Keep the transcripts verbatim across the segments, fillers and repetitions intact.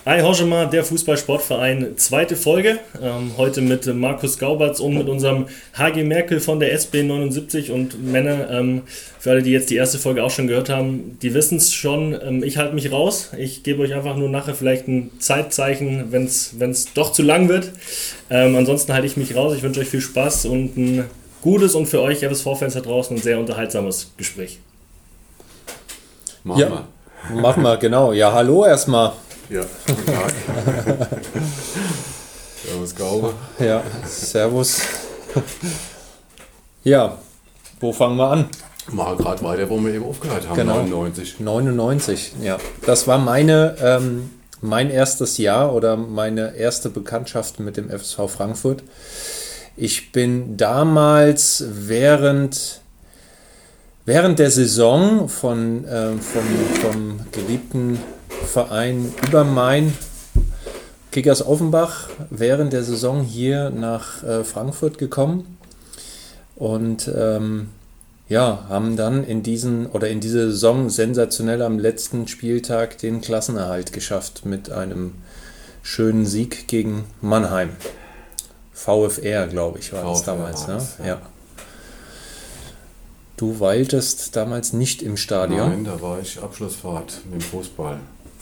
Hi Hoschema, der Fußball-Sportverein, zweite Folge. Ähm, heute mit Markus Gauberts und mit unserem H G Merkel von der S B neunundsiebzig. Und Männer, ähm, für alle, die jetzt die erste Folge auch schon gehört haben, die wissen es schon, ähm, ich halte mich raus. Ich gebe euch einfach nur nachher vielleicht ein Zeitzeichen, wenn es doch zu lang wird. Ähm, ansonsten halte ich mich raus. Ich wünsche euch viel Spaß und ein gutes und für euch F S V-Fans da draußen ein sehr unterhaltsames Gespräch. Machen ja, wir. Machen wir, genau. Ja, hallo erstmal. Ja, guten Tag. Servus, Gaube. Ja, servus. Ja, wo fangen wir an? Mal gerade weiter, wo wir eben aufgehört haben, Genau. neunundneunzig. neunundneunzig, ja. Das war meine, ähm, mein erstes Jahr oder meine erste Bekanntschaft mit dem F S V Frankfurt. Ich bin damals während, während der Saison von, ähm, vom, vom geliebten Verein Übermain, Kickers Offenbach, während der Saison hier nach äh, Frankfurt gekommen und ähm, ja, haben dann in diesen oder in dieser Saison sensationell am letzten Spieltag den Klassenerhalt geschafft mit einem schönen Sieg gegen Mannheim. VfR, glaube ich, war das damals. Ne? Ja. Ja. Du weiltest damals nicht im Stadion. Nein, da war ich Abschlussfahrt mit dem Fußball.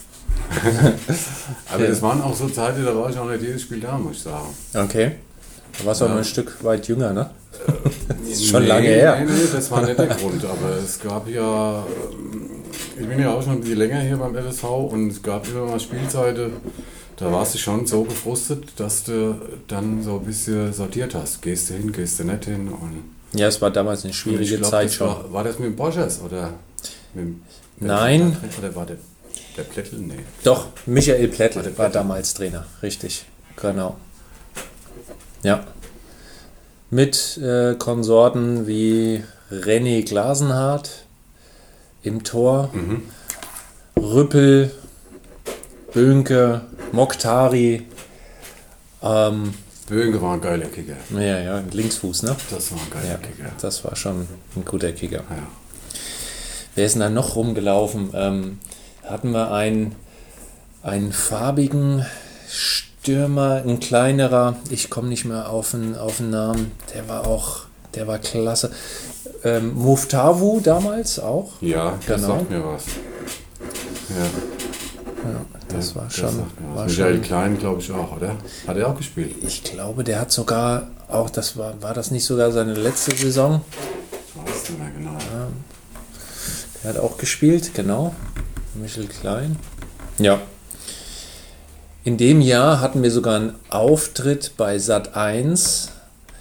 Aber Ja. das waren auch so Zeiten, da war ich auch nicht jedes Spiel da, muss ich sagen. Okay. Da warst du Ja. auch noch ein Stück weit jünger, ne? Das ist schon Nee, lange her. Nee, nee, das war nicht der Grund. Aber es gab ja, ähm, ich bin ja auch schon ein bisschen länger hier beim F S V und es gab immer mal Spielzeiten, da warst du schon so gefrustet, dass du dann so ein bisschen sortiert hast. Gehst du hin, gehst du nicht hin. Und Ja, es war damals eine schwierige ich glaub, Zeit das schon. War, war das mit dem Borschers oder mit dem Nein. Oder war der, der Plättl? Nee. Doch, Michael Plättl War der war Plättl? damals Trainer, richtig. Genau. Ja. Mit äh, Konsorten wie René Glasenhardt im Tor, Mhm. Rüppel, Bönke, Mokhtari, ähm, Böhnke war ein geiler Kicker. ja, ja, Linksfuß, ne? Das war ein geiler Ja, Kicker. das war schon ein guter Kicker. Ja. Wer ist denn da noch rumgelaufen? Ähm, hatten wir einen, einen farbigen Stürmer, ein kleinerer, ich komme nicht mehr auf den, auf den Namen, der war auch, der war klasse. Ähm, Muftavu damals auch? Ja, das Genau. sagt mir was. Ja, Ja, das war das schon. sagt mir was. War Michael schon Klein, glaube ich auch, oder? Hat er auch gespielt? ich glaube, der hat sogar auch, das war, war das nicht sogar seine letzte Saison? Ich weiß nicht mehr genau. Der hat auch gespielt, genau. Michael Klein. Ja. In dem Jahr hatten wir sogar einen Auftritt bei Sat eins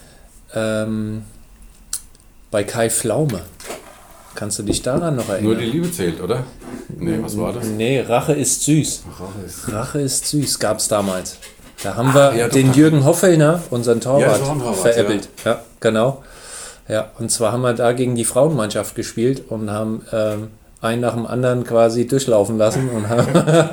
ähm, bei Kai Pflaume. Kannst du dich daran noch erinnern? Nur die Liebe zählt, oder? Nee, was war das? Nee, Rache ist süß. Ach, Rache ist. Rache ist süß gab es damals. Da haben wir ja, doch, den doch. Jürgen Hoffellner, unseren Ja, Torwart, das war ein Torwart, veräppelt. Ja. genau. Ja, und zwar haben wir da gegen die Frauenmannschaft gespielt und haben ähm, einen nach dem anderen quasi durchlaufen lassen und haben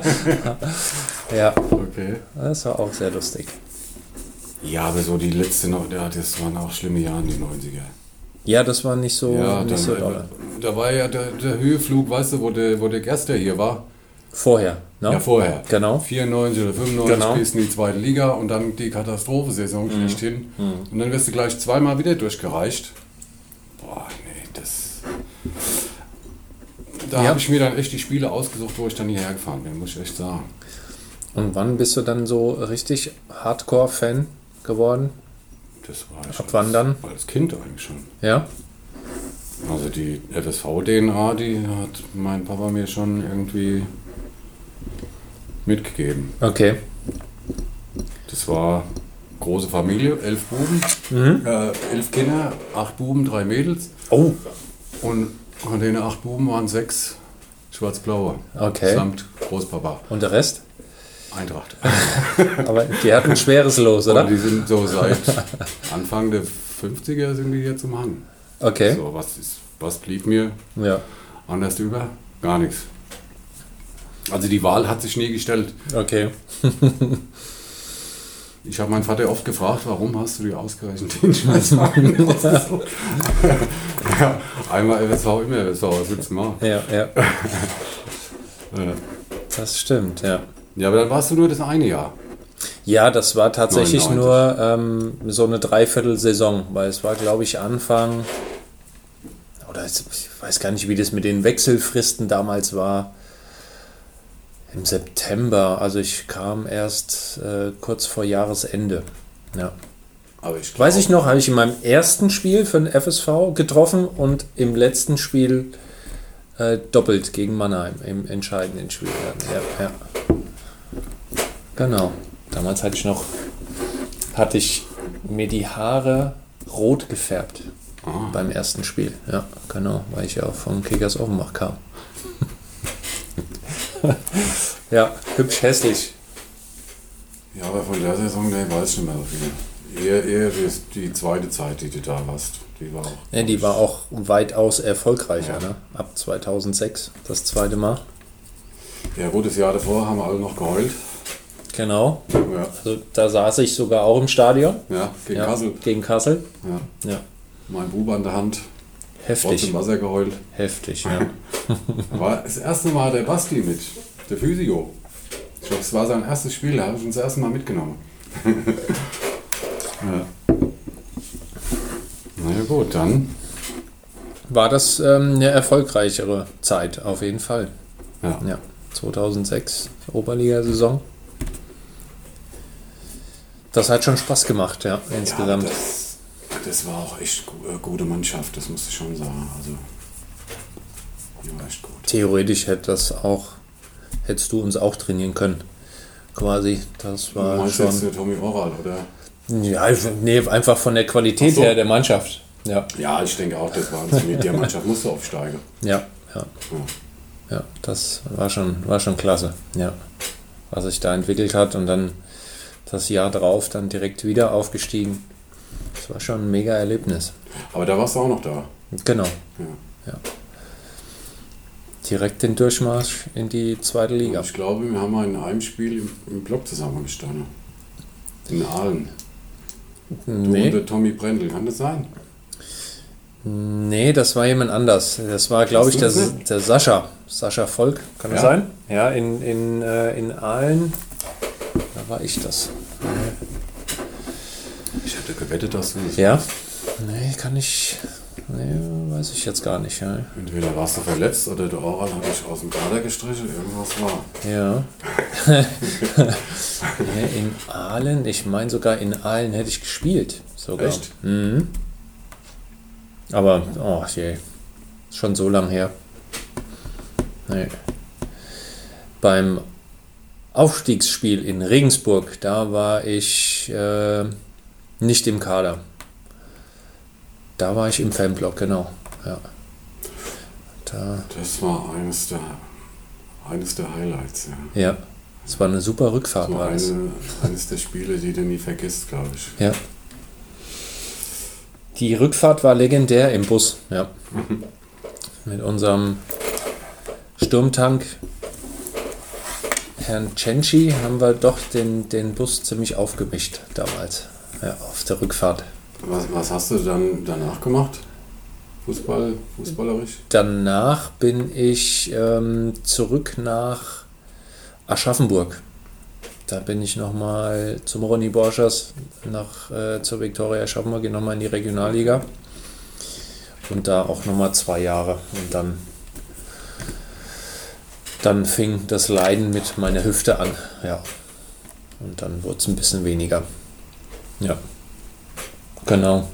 ja, Okay. das war auch sehr lustig. Ja, aber so die letzte noch, ja, das waren auch schlimme Jahre in die neunziger. Ja, das war nicht so, Ja, nicht dann, so äh, doll. da war ja der, der Höheflug, weißt du, wo der, wo der Gerster hier war. Vorher, ne? Ja, vorher. Genau. vierundneunzig oder fünfundneunzig Genau. gehst in die zweite Liga und dann die Katastrophensaison schlechthin. Und dann wirst du gleich zweimal wieder durchgereicht. Boah, nee, das. Da Ja. habe ich mir dann echt die Spiele ausgesucht, wo ich dann hierher gefahren bin, muss ich echt sagen. Und wann bist du dann so richtig Hardcore-Fan geworden? Das war ich Ab wann dann? als Kind eigentlich schon. Ja? Also die F S V-D N A, die hat mein Papa mir schon irgendwie mitgegeben. Okay. Das war große Familie, elf Buben, Mhm. äh, elf Kinder, acht Buben, drei Mädels. Oh, Und von den acht Buben waren sechs schwarz-blaue. Okay. Samt Großpapa. und der Rest? Eintracht. Aber die hatten ein schweres Los, oder? Und die sind so seit Anfang der fünfziger sind die jetzt im Hang. Okay. So, was, ist, was blieb mir Ja. anders über? Gar nichts. Also die Wahl hat sich nie gestellt. Okay. Ich habe meinen Vater oft gefragt, warum hast du die ausgerechnet den Scheißverein ausgesucht? Ja, einmal F S V, immer F S V, was willst du machen? Ja, ja. Äh, Das stimmt, ja. Ja, aber dann warst du nur das eine Jahr. Ja, das war tatsächlich neunundneunzig. nur ähm, so eine Dreiviertelsaison, weil es war, glaube ich, Anfang, oder ich weiß gar nicht, wie das mit den Wechselfristen damals war, im September. Also ich kam erst äh, kurz vor Jahresende. Ja. Aber ich glaub, Weiß ich noch, habe ich in meinem ersten Spiel für den F S V getroffen und im letzten Spiel äh, doppelt gegen Mannheim, im entscheidenden Spiel. Ja, ja. Genau. Damals hatte ich noch, hatte ich mir die Haare rot gefärbt Ah. beim ersten Spiel. Ja, genau, weil ich ja von Kickers Offenbach kam. Ja, hübsch hässlich. Ja, aber von der Saison, ne, weiß ich nicht mehr so viel. Eher, eher die, die zweite Zeit, die du da warst. Die war auch. Ja, die war auch weitaus erfolgreicher, ne? Ab zweitausendsechs, das zweite Mal. Ja, gut, das Jahr davor haben wir alle noch geheult. Genau. Ja, Also da saß ich sogar auch im Stadion. ja gegen Ja, Kassel. Gegen Kassel. Ja. Ja. Mein Bub an der Hand, Heftig. trotzdem Wasser geheult. Heftig, ja. Aber das erste Mal der Basti mit, der Physio. Ich glaube, es war sein erstes Spiel, da habe ich ihn das erste Mal mitgenommen. Ja. Na ja, gut, dann. War das ähm, eine erfolgreichere Zeit, auf jeden Fall. Ja. Ja. zweitausendsechs, Oberliga-Saison. Das hat schon Spaß gemacht, ja, insgesamt. Ja, das, das war auch echt gu- äh, gute Mannschaft, das muss ich schon sagen. Also, die war echt gut. Theoretisch hätte das auch, hättest du uns auch trainieren können. Quasi. Das Du war meinst jetzt schon. der Tommy Oral, oder? Ja, nee, einfach von der Qualität Ach so. her der Mannschaft. Ja. Ja, ich denke auch, das war mit der Mannschaft musste aufsteigen. Ja, ja. Ja, das war schon, war schon klasse. Ja. Was sich da entwickelt hat und dann das Jahr drauf dann direkt wieder aufgestiegen. Das war schon ein mega Erlebnis. Aber da warst du auch noch da. Genau. Ja. Ja. Direkt den Durchmarsch in die zweite Liga. Und ich glaube, wir haben mal in einem Spiel im, im Block zusammengestanden. In Aalen. Du und Nee, der Tommy Brendel, kann das sein? nee, das war jemand anders. Das war, glaube ich, der, Weißt du das nicht? der Sascha. Sascha Volk, kann das Ja. sein? Ja, in, in, äh, in Aalen. Da war ich das. Ich hätte gewettet, dass du das. Ja? Nee, kann ich. Nee, weiß ich jetzt gar nicht. Ja. Entweder warst du verletzt oder der Oral hat dich aus dem Kader gestrichen. Irgendwas war. Ja. Nee, in Aalen, ich meine sogar in Aalen hätte ich gespielt. Sogar. Echt? Mhm. Aber, oh je, schon so lang her. Nee. Beim Aufstiegsspiel in Regensburg, da war ich äh, nicht im Kader. Da war ich im Fanblock, genau. Ja. Da, Das war eines der, eines der Highlights. Ja. ja. Es war eine super Rückfahrt, So war das. eine, eines der Spiele, die du nie vergisst, glaube ich. Ja. Die Rückfahrt war legendär im Bus, ja. Mit unserem Sturmtank Herrn Cenci haben wir doch den, den Bus ziemlich aufgemischt damals, ja, auf der Rückfahrt. Was, was hast du dann danach gemacht? Fußball, fußballerisch? Danach bin ich ähm, zurück nach Aschaffenburg. Da bin ich nochmal zum Ronny Borschers nach, äh, zur Viktoria Aschaffenburg, nochmal in die Regionalliga. Und da auch nochmal zwei Jahre. Und dann, dann fing das Leiden mit meiner Hüfte an. Ja. Und dann wurde es ein bisschen weniger. Ja. Genau.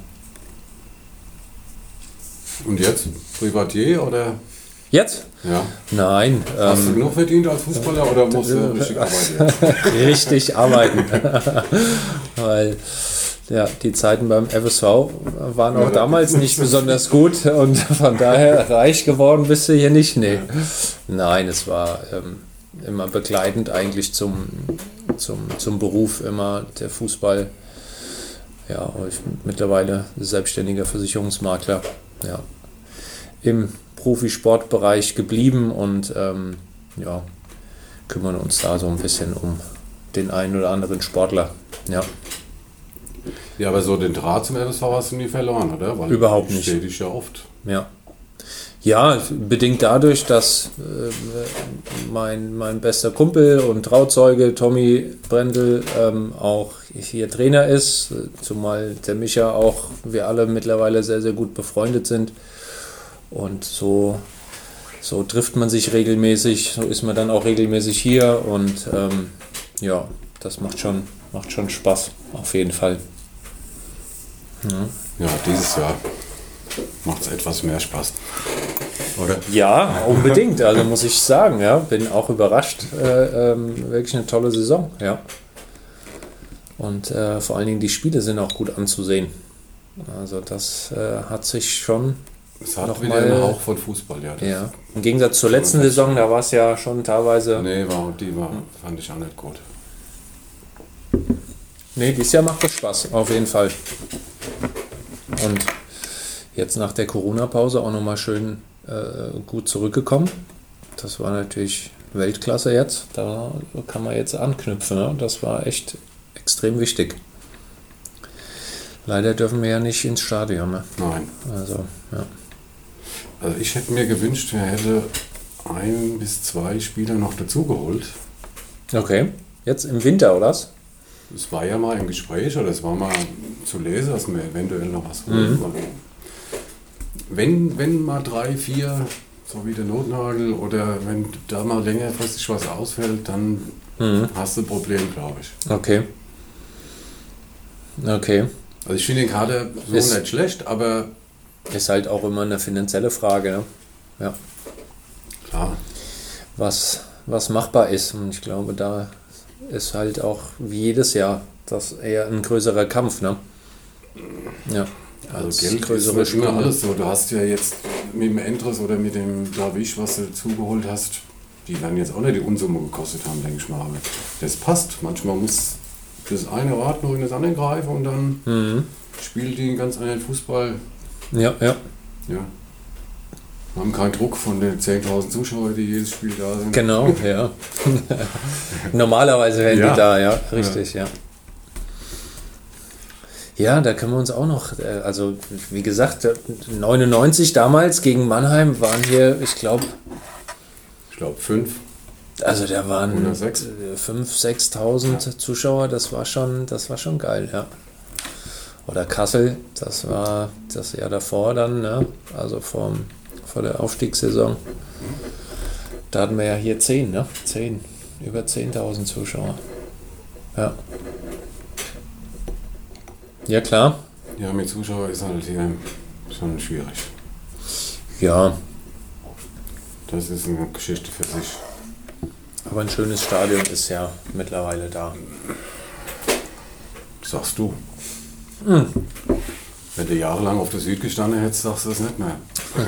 Und jetzt? Privatier oder? Jetzt? Ja. Nein. Hast du Ähm, genug verdient als Fußballer oder musst du richtig arbeiten? richtig arbeiten. Weil ja, die Zeiten beim F S V waren auch Ja, damals nicht besonders gut und von daher reich geworden bist du hier nicht. Nee. Nein, es war ähm, immer begleitend eigentlich zum, zum, zum Beruf, immer der Fußball. Ja, ich bin mittlerweile selbstständiger Versicherungsmakler. Ja. Im Profisportbereich geblieben und ähm, ja, kümmern uns da so ein bisschen um den einen oder anderen Sportler. Ja, Ja, aber so den Draht zum F S V hast du nie verloren, oder? Weil Überhaupt ich nicht. sehe dich ja oft. ja. Ja, bedingt dadurch, dass äh, mein, mein bester Kumpel und Trauzeuge Tommy Brendel ähm, auch hier Trainer ist, zumal der Micha auch, wir alle mittlerweile sehr, sehr gut befreundet sind. Und so, so trifft man sich regelmäßig, so ist man dann auch regelmäßig hier und ähm, ja, das macht schon, macht schon Spaß, auf jeden Fall. Ja, ja dieses Jahr macht es etwas mehr Spaß. Oder? Ja, unbedingt. Also muss ich sagen, ja, bin auch überrascht. Äh, ähm, wirklich eine tolle Saison, ja. Und äh, vor allen Dingen die Spiele sind auch gut anzusehen. Also das äh, hat sich schon Es hat noch wieder mal, einen Hauch von Fußball, ja. ja. Im Gegensatz zur letzten Saison, da war es ja schon teilweise. Nee, war, die war, fand ich auch nicht gut. Nee, dieses Jahr macht das Spaß, auf jeden Fall. Und jetzt nach der Corona-Pause auch nochmal schön äh, gut zurückgekommen. Das war natürlich Weltklasse jetzt. Da kann man jetzt anknüpfen. Ne? Das war echt extrem wichtig. Leider dürfen wir ja nicht ins Stadion. Ne? Nein. Also, ja. Also ich hätte mir gewünscht, wir hätten ein bis zwei Spieler noch dazugeholt. Okay. Jetzt im Winter, oder was? Es war ja mal im Gespräch oder es war mal zu lesen, dass wir eventuell noch was holen wollen. Wenn, wenn mal drei, vier, so wie der Notnagel, oder wenn da mal längerfristig was ausfällt, dann mhm. hast du ein Problem, glaube ich. Okay. Okay. Also ich finde den Kader so ist, nicht schlecht, aber... Ist halt auch immer eine finanzielle Frage, ne? Ja. Klar. Was, was machbar ist. Und ich glaube, da ist halt auch wie jedes Jahr das eher ein größerer Kampf, ne? Ja. Also Geld größere ist immer alles so. Du hast ja jetzt mit dem Endres oder mit dem Blavisch, was du dazugeholt hast, die werden jetzt auch nicht die Unsumme gekostet haben, denke ich mal. Aber das passt. Manchmal muss das eine Rad noch in das andere greifen und dann mhm. spielt die einen ganz anderen Fußball. Ja, ja. Ja. Wir haben keinen Druck von den zehntausend Zuschauern, die jedes Spiel da sind. Genau, ja. Normalerweise wären ja. die da, ja, richtig, ja. ja. Ja, da können wir uns auch noch, also wie gesagt, neunundneunzig damals gegen Mannheim waren hier, ich glaube... Ich glaube fünf. Also da waren fünftausend, sechstausend ja. Zuschauer, das war schon, das war schon geil, ja. Oder Kassel, das war das Jahr davor dann, ne? Also vor, vor der Aufstiegssaison. Da hatten wir ja hier zehn, ne? zehn, über zehntausend Zuschauer. Ja. Ja, klar. Ja, mit Zuschauern ist halt hier schon schwierig. Ja. Das ist eine Geschichte für sich. Aber ein schönes Stadion ist ja mittlerweile da. Sagst du. Hm. Wenn du jahrelang auf der Süd gestanden hättest, sagst du das nicht mehr.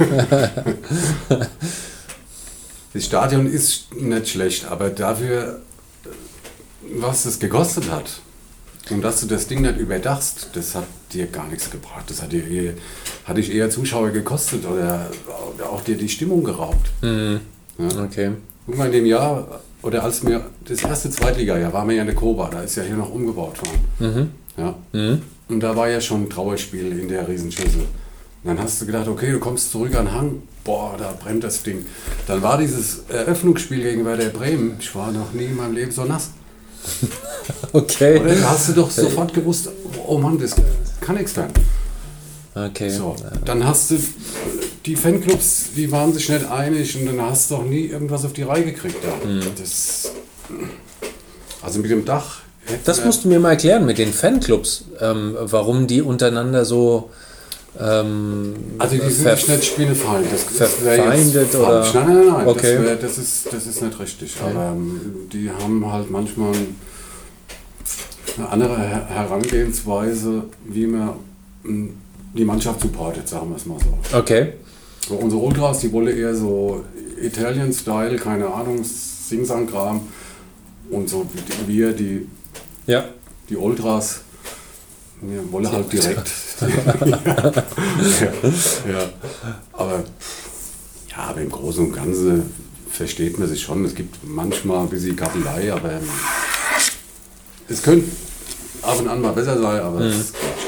Das Stadion ist nicht schlecht, aber dafür, was es gekostet hat, und dass du das Ding nicht überdachst, das hat dir gar nichts gebracht. Das hat dir eher, hat dich eher Zuschauer gekostet oder auch dir die Stimmung geraubt. Mhm. Ja? Okay. Guck mal, in dem Jahr, oder als wir das erste Zweitliga-Jahr, waren wir ja in der Koba, da ist ja hier noch umgebaut worden. Mhm. Ja? Mhm. Und da war ja schon ein Trauerspiel in der Riesenschüssel. Und dann hast du gedacht, okay, du kommst zurück an den Hang, boah, da brennt das Ding. Dann war dieses Eröffnungsspiel gegen Werder Bremen, ich war noch nie in meinem Leben so nass. Okay. Oder da hast du doch sofort gewusst, oh Mann, das kann nichts werden. Okay. So, dann hast du die Fanclubs, die waren sich nicht einig und dann hast du auch nie irgendwas auf die Reihe gekriegt. Ja. Mhm. Das, also mit dem Dach. Das musst du mir mal erklären mit den Fanclubs, ähm, warum die untereinander so. Ähm, also die sind sich nicht spielefeind. Das verfeindet oder? Nein, nein, nein, nein. Okay. Das, wär, das, ist, das ist nicht richtig. Okay. Aber ähm, die haben halt manchmal eine andere Herangehensweise, wie man die Mannschaft supportet, sagen wir es mal so. Okay. So, unsere Ultras, die wollen eher so Italian-Style, keine Ahnung, Sing-Sang-Kram. Und so wie wir, die, ja. die Ultras, wir wollen halt direkt. ja, ja, ja. Aber, ja, aber im Großen und Ganzen versteht man sich schon. Es gibt manchmal ein bisschen Kabelei, aber ähm, es könnte ab und an mal besser sein, aber mhm. es geht schon.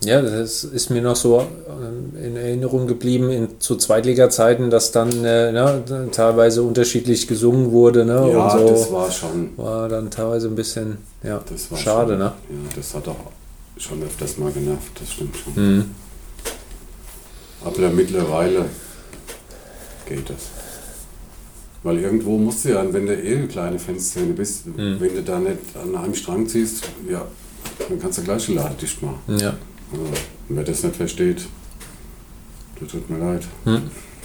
Ja, das ist mir noch so in Erinnerung geblieben in, zu Zweitliga-Zeiten, dass dann äh, ne, teilweise unterschiedlich gesungen wurde. Ne, Ja, und so das war schon. War dann teilweise ein bisschen ja, das war schade. Schon, ne? Ja, das hat auch schon öfters mal genervt, das stimmt schon. Mhm. Aber mittlerweile geht das. Weil irgendwo musst du ja, wenn du eh eine kleine Fanszene bist, mhm. wenn du da nicht an einem Strang ziehst, ja, dann kannst du gleich den Laden dicht machen. Ja. Also, wer das nicht versteht, das tut mir leid. Mhm.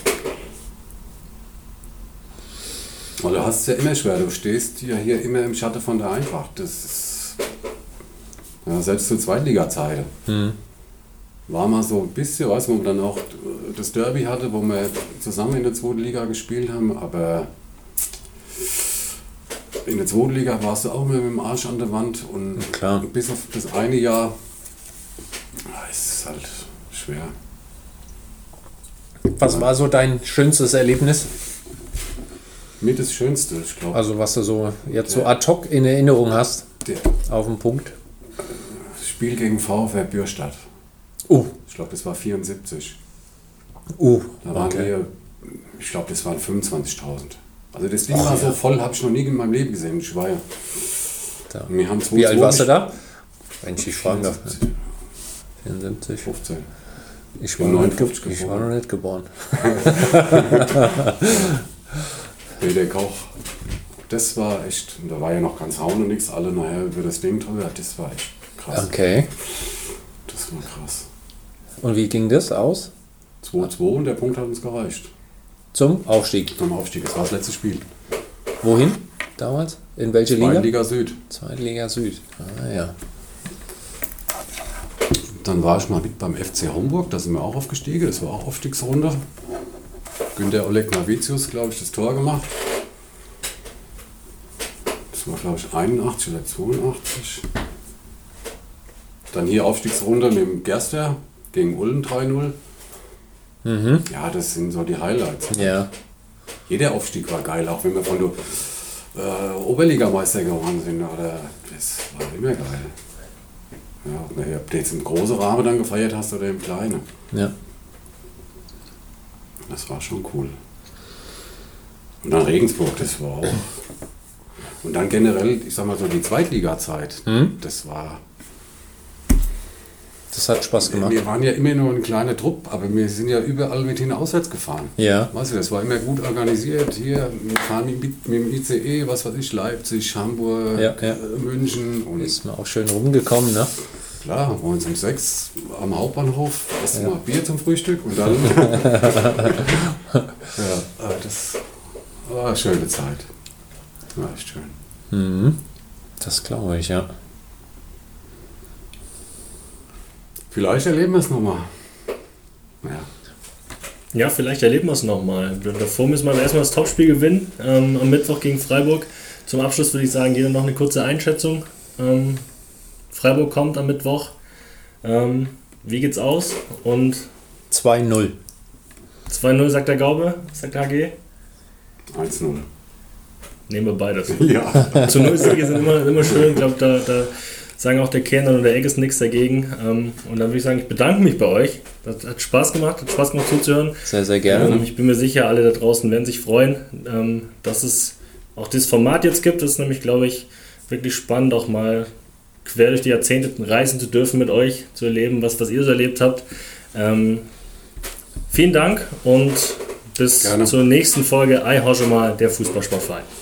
Weil du hast es ja immer schwer, du stehst ja hier immer im Schatten von der Eintracht. Das ist, ja, selbst zur Zweitliga-Zeiten. Mhm. War mal so ein bisschen, weiß man, wo man dann auch das Derby hatte, wo wir zusammen in der zweiten Liga gespielt haben, aber in der zweiten Liga warst du auch immer mit dem Arsch an der Wand und Klar. bis auf das eine Jahr ist es halt schwer. Was war so dein schönstes Erlebnis? Mit das Schönste, ich glaube. Also was du so jetzt so ad hoc in Erinnerung hast, Der auf den Punkt? Spiel gegen VfR Bürstadt. Uh, Ich glaube, das war vierundsiebzig. uh, Da waren okay. wir, ich glaube, das waren fünfundzwanzigtausend. Also das Ding war so voll, habe ich noch nie in meinem Leben gesehen. Ich war ja. Da. Wir haben Wie alt warst du da? Wenn ich dich fragen darf. vierundsiebzig. fünfzehn. Ich war, bin noch nicht, neunundfünfzig ge- ich war geboren. noch nicht geboren. Peter Koch. Das war echt, da war ja noch ganz Hauen und nichts, alle nachher über das Ding drüber. Das war echt krass. Okay. Das war krass. Und wie ging das aus? zwei zwei und der Punkt hat uns gereicht. Zum Aufstieg. Zum Aufstieg. Das war das letzte Spiel. Wohin damals? In welche Liga? Zweite Liga Süd. Zweite Liga Süd. Ah ja. Dann war ich mal mit beim F C Homburg, da sind wir auch aufgestiegen. Das war auch Aufstiegsrunde. Günter Oleg Navicius, glaube ich, das Tor gemacht. Das war, glaube ich, einundachtzig oder zweiundachtzig. Dann hier Aufstiegsrunde mit dem Gerster gegen Ulm drei null. Mhm. Ja, das sind so die Highlights. Ja. Jeder Aufstieg war geil, auch wenn wir von der äh, Oberligameister geworden sind. Oder, das war immer geil. Ja, ob du jetzt im großen Rahmen dann gefeiert hast oder im kleinen. Ja. Das war schon cool. Und dann Regensburg, das war auch. Und dann generell, ich sag mal so, die Zweitliga-Zeit, Mhm. das war. Das hat Spaß gemacht. Wir waren ja immer nur ein kleiner Trupp, aber wir sind ja überall mit hin auswärts gefahren. Ja. Weißt du, das war immer gut organisiert. Hier, wir fahren mit, mit dem I C E, was weiß ich, Leipzig, Hamburg, Ja, ja. äh, München. Und Ist mir auch schön rumgekommen, ne? klar, morgens um sechs am Hauptbahnhof, erst Ja. mal Bier zum Frühstück und dann. ja, äh, das war eine schöne Zeit. War echt schön. Mhm. Das glaube ich, ja. Vielleicht erleben wir es nochmal. Ja. Ja, vielleicht erleben wir es nochmal. Davor müssen wir aber erstmal das Topspiel gewinnen. Ähm, am Mittwoch gegen Freiburg. Zum Abschluss würde ich sagen, jeder noch eine kurze Einschätzung. Ähm, Freiburg kommt am Mittwoch. Ähm, wie geht's aus? Und zwei null. zwei null sagt der Gaube, sagt der H G. eins null. Nehmen wir beides. Ja. Zu null Siege sind immer, immer schön. Ich glaube, da, da sagen auch der Kerner und der Egg ist nichts dagegen. Ähm, und dann würde ich sagen, ich bedanke mich bei euch. Das hat Spaß gemacht, hat Spaß gemacht zuzuhören. Sehr, sehr gerne. Ähm, ich bin mir sicher, alle da draußen werden sich freuen, ähm, dass es auch dieses Format jetzt gibt. Das ist nämlich, glaube ich, wirklich spannend, auch mal quer durch die Jahrzehnte reisen zu dürfen mit euch, zu erleben, was, was ihr so erlebt habt. Ähm, vielen Dank und bis Gerne. zur nächsten Folge Ei Hoschema, der Fußballsportverein.